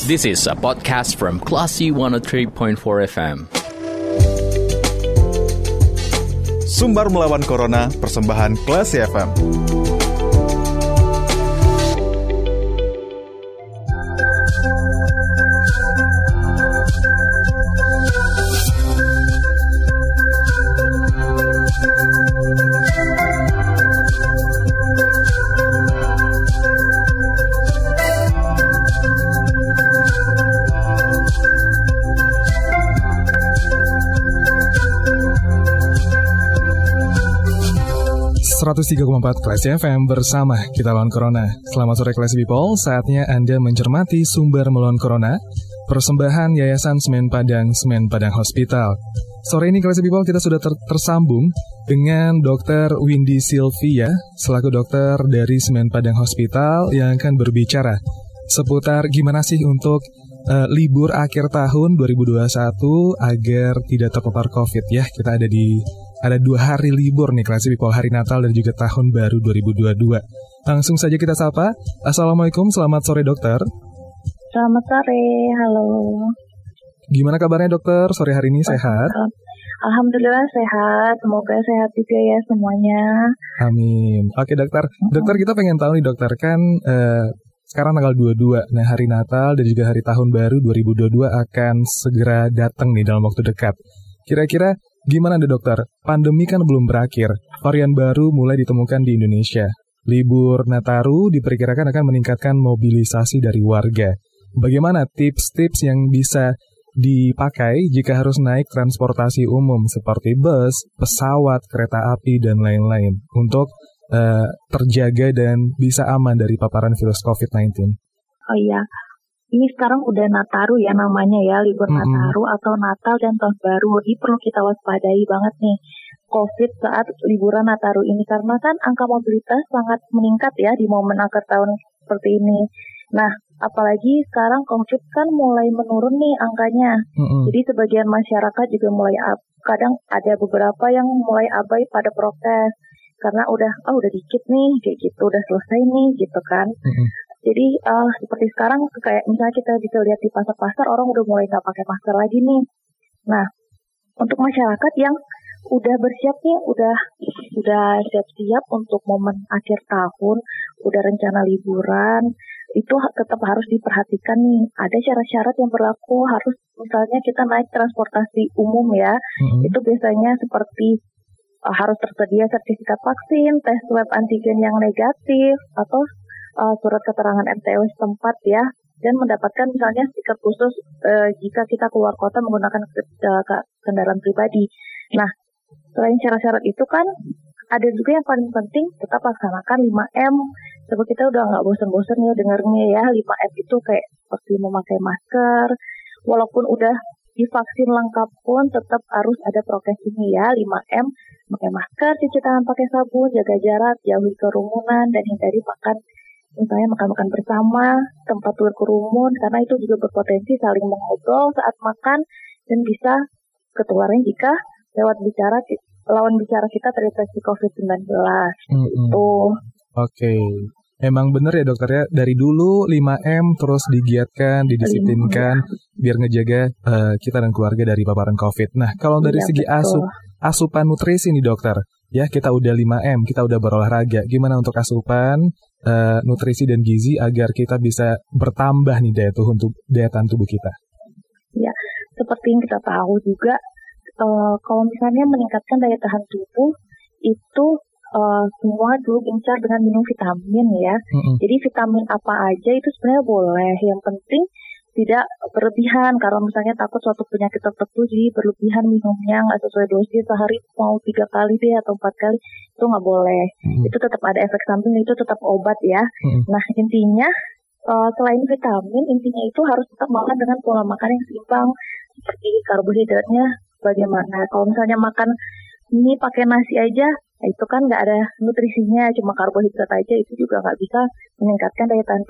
This is a podcast from Classy 103.4 FM. Sumbar melawan Corona, persembahan Classy FM. Classy FM bersama kita lawan Corona. Selamat sore Classy People, saatnya Anda mencermati Sumber Melawan Corona, persembahan Yayasan Semen Padang Hospital. Sore ini Classy People kita sudah tersambung dengan Dr. Windy Sylvia, selaku dokter dari Semen Padang Hospital yang akan berbicara seputar gimana sih untuk libur akhir tahun 2021 agar tidak terpapar COVID ya. Kita ada 2 hari libur nih Classy People, hari Natal dan juga Tahun Baru 2022. Langsung saja kita sapa. Assalamualaikum, selamat sore dokter. Selamat sore, halo. Gimana kabarnya dokter, sore hari ini sehat? Alhamdulillah sehat, semoga sehat juga ya semuanya. Amin. Oke dokter, dokter kita pengen tahu nih dokter, kan sekarang tanggal 22, nah hari Natal dan juga hari Tahun Baru 2022 akan segera datang nih dalam waktu dekat. Kira-kira gimana deh dokter? Pandemi kan belum berakhir, varian baru mulai ditemukan di Indonesia. Libur Nataru diperkirakan akan meningkatkan mobilisasi dari warga. Bagaimana tips-tips yang bisa dipakai jika harus naik transportasi umum seperti bus, pesawat, kereta api, dan lain-lain untuk terjaga dan bisa aman dari paparan virus COVID-19? Oh iya. Ini sekarang udah Nataru ya namanya ya, libur Nataru atau Natal dan Tahun Baru. Ini perlu kita waspadai banget nih COVID saat liburan Nataru ini, karena kan angka mobilitas sangat meningkat ya di momen akhir tahun seperti ini. Nah, apalagi sekarang COVID kan mulai menurun nih angkanya. Jadi sebagian masyarakat juga mulai kadang ada beberapa yang mulai abai pada prokes karena udah dikit nih kayak gitu, udah selesai nih gitu kan. Jadi seperti sekarang kayak misalnya kita bisa lihat di pasar-pasar orang udah mulai nggak pakai masker lagi nih. Nah, untuk masyarakat yang udah bersiap nih, udah siap-siap untuk momen akhir tahun, udah rencana liburan, itu tetap harus diperhatikan nih. Ada syarat-syarat yang berlaku, harus misalnya kita naik transportasi umum ya, itu biasanya seperti harus tersedia sertifikat vaksin, tes swab antigen yang negatif, atau surat keterangan MTO setempat ya, dan mendapatkan misalnya stiker khusus jika kita keluar kota menggunakan kendaraan pribadi. Nah, selain syarat-syarat itu kan ada juga yang paling penting, tetap laksanakan 5M. Coba kita udah nggak bosan-bosan ya dengarnya ya, 5M itu kayak seperti memakai masker, walaupun udah divaksin lengkap pun tetap harus ada prokes ini ya, 5M, pakai masker, cuci tangan pakai sabun, jaga jarak, jauhi kerumunan, dan hindari misalnya makan bersama, tempat berkerumun, karena itu juga berpotensi saling mengobrol saat makan dan bisa ketularan jika lawan bicara kita terinfeksi COVID-19. Itu. Oke. Emang bener ya dokter ya, dari dulu 5M terus digiatkan, didisiplinkan biar ngejaga kita dan keluarga dari paparan COVID. Nah, kalau dari segi asupan nutrisi nih dokter, ya kita udah 5M, kita udah berolahraga. Gimana untuk asupan nutrisi dan gizi agar kita bisa bertambah nih daya tahan tubuh kita? Ya, seperti yang kita tahu juga, kalau misalnya meningkatkan daya tahan tubuh itu semua dulu gencar dengan minum vitamin ya. Jadi vitamin apa aja itu sebenarnya boleh, yang penting tidak berlebihan. Kalau misalnya takut suatu penyakit tertentu jadi berlebihan minumnya, nggak sesuai dosis, sehari mau 3 kali deh atau 4 kali, itu nggak boleh. Itu tetap ada efek samping, itu tetap obat ya. Nah, intinya selain vitamin, intinya itu harus tetap makan dengan pola makan yang seimbang, seperti karbohidratnya bagaimana. Kalau misalnya makan ini pakai nasi aja, itu kan nggak ada nutrisinya, cuma karbohidrat aja, itu juga nggak bisa meningkatkan daya tahan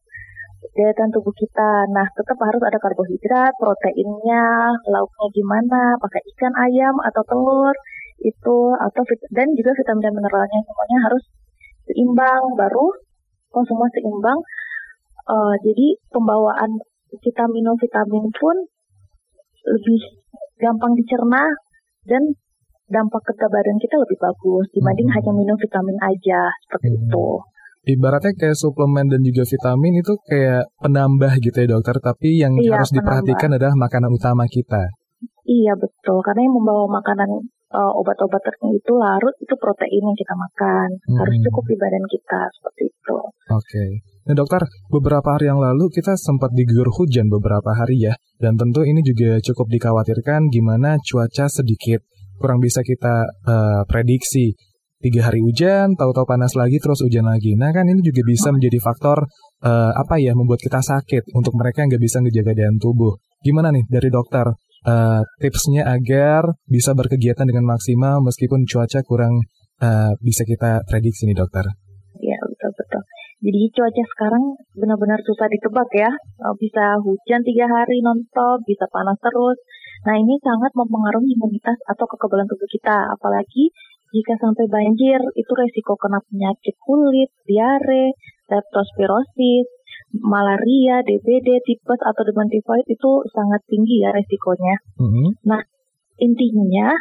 tubuh kita. Nah, tetap harus ada karbohidrat, proteinnya, lauknya gimana, pakai ikan, ayam, atau telur, itu, dan juga vitamin dan mineralnya semuanya harus seimbang. Baru kalau semua seimbang, jadi pembawaan kita minum vitamin pun lebih gampang dicerna dan dampak ke badan kita lebih bagus dibanding hanya minum vitamin aja seperti itu. Ibaratnya kayak suplemen dan juga vitamin itu kayak penambah gitu ya dokter, tapi yang harus diperhatikan adalah makanan utama kita. Iya betul, karena yang membawa makanan obat-obat itu larut itu protein yang kita makan, harus cukup di badan kita seperti itu. Oke. Nah dokter, beberapa hari yang lalu kita sempat diguyur hujan beberapa hari ya, dan tentu ini juga cukup dikhawatirkan gimana cuaca sedikit kurang bisa kita prediksi. 3 hari hujan, tahu-tahu panas lagi, terus hujan lagi. Nah kan ini juga bisa menjadi faktor membuat kita sakit untuk mereka yang nggak bisa ngejaga daya tubuh. Gimana nih dari dokter tipsnya agar bisa berkegiatan dengan maksimal meskipun cuaca kurang bisa kita prediksi nih dokter? Iya betul. Jadi cuaca sekarang benar-benar susah ditebak ya. Bisa hujan 3 hari nonstop, bisa panas terus. Nah ini sangat mempengaruhi imunitas atau kekebalan tubuh kita. Apalagi jika sampai banjir, itu resiko kena penyakit kulit, diare, leptospirosis, malaria, DBD, tipes, atau demam tifoid itu sangat tinggi ya resikonya. Nah, intinya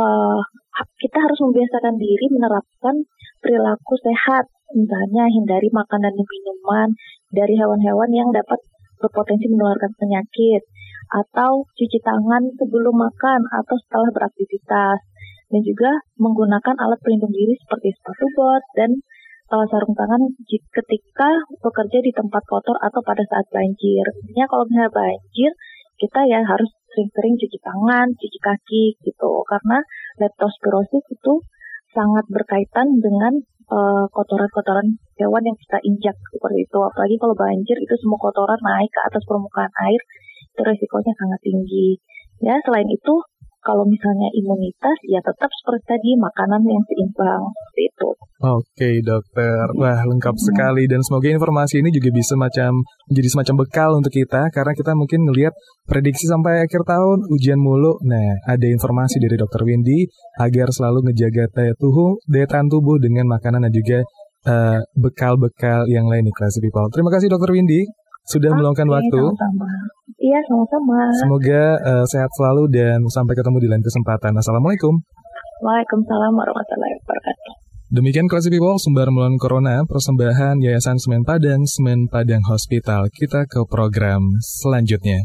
kita harus membiasakan diri menerapkan perilaku sehat. Misalnya hindari makanan dan minuman dari hewan-hewan yang dapat berpotensi menularkan penyakit. Atau cuci tangan sebelum makan atau setelah beraktivitas. Dan juga menggunakan alat pelindung diri seperti sepatu bot dan sarung tangan ketika bekerja di tempat kotor atau pada saat banjir. Intinya kalau misalnya banjir, kita ya harus sering-sering cuci tangan, cuci kaki gitu. Karena leptospirosis itu sangat berkaitan dengan kotoran-kotoran hewan yang kita injak seperti itu. Apalagi kalau banjir itu semua kotoran naik ke atas permukaan air, itu resikonya sangat tinggi. Ya, selain itu kalau misalnya imunitas, ya tetap seperti tadi, makanan yang seimbang, seperti itu. Oke, dokter. Wah, lengkap sekali. Dan semoga informasi ini juga bisa menjadi semacam bekal untuk kita, karena kita mungkin ngelihat prediksi sampai akhir tahun, hujan mulu. Nah, ada informasi dari Dr. Windy, agar selalu ngejaga daya tahan tubuh dengan makanan dan juga bekal-bekal yang lain nih, Classy People. Terima kasih, Dr. Windy, sudah meluangkan waktu. Sama-sama. Iya, sama-sama. Semoga sehat selalu dan sampai ketemu di lain kesempatan. Assalamualaikum. Waalaikumsalam warahmatullahi wabarakatuh. Demikian Classy People, sumber melawan corona, persembahan Yayasan Semen Padang Hospital. Kita ke program selanjutnya.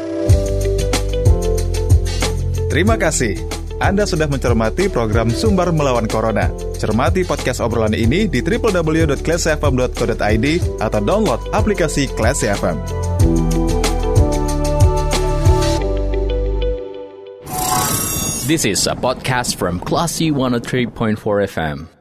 Terima kasih. Anda sudah mencermati program Sumber Melawan Corona. Cermati podcast obrolan ini di www.classyfm.co.id atau download aplikasi Classy FM. This is a podcast from Classy 103.4 FM.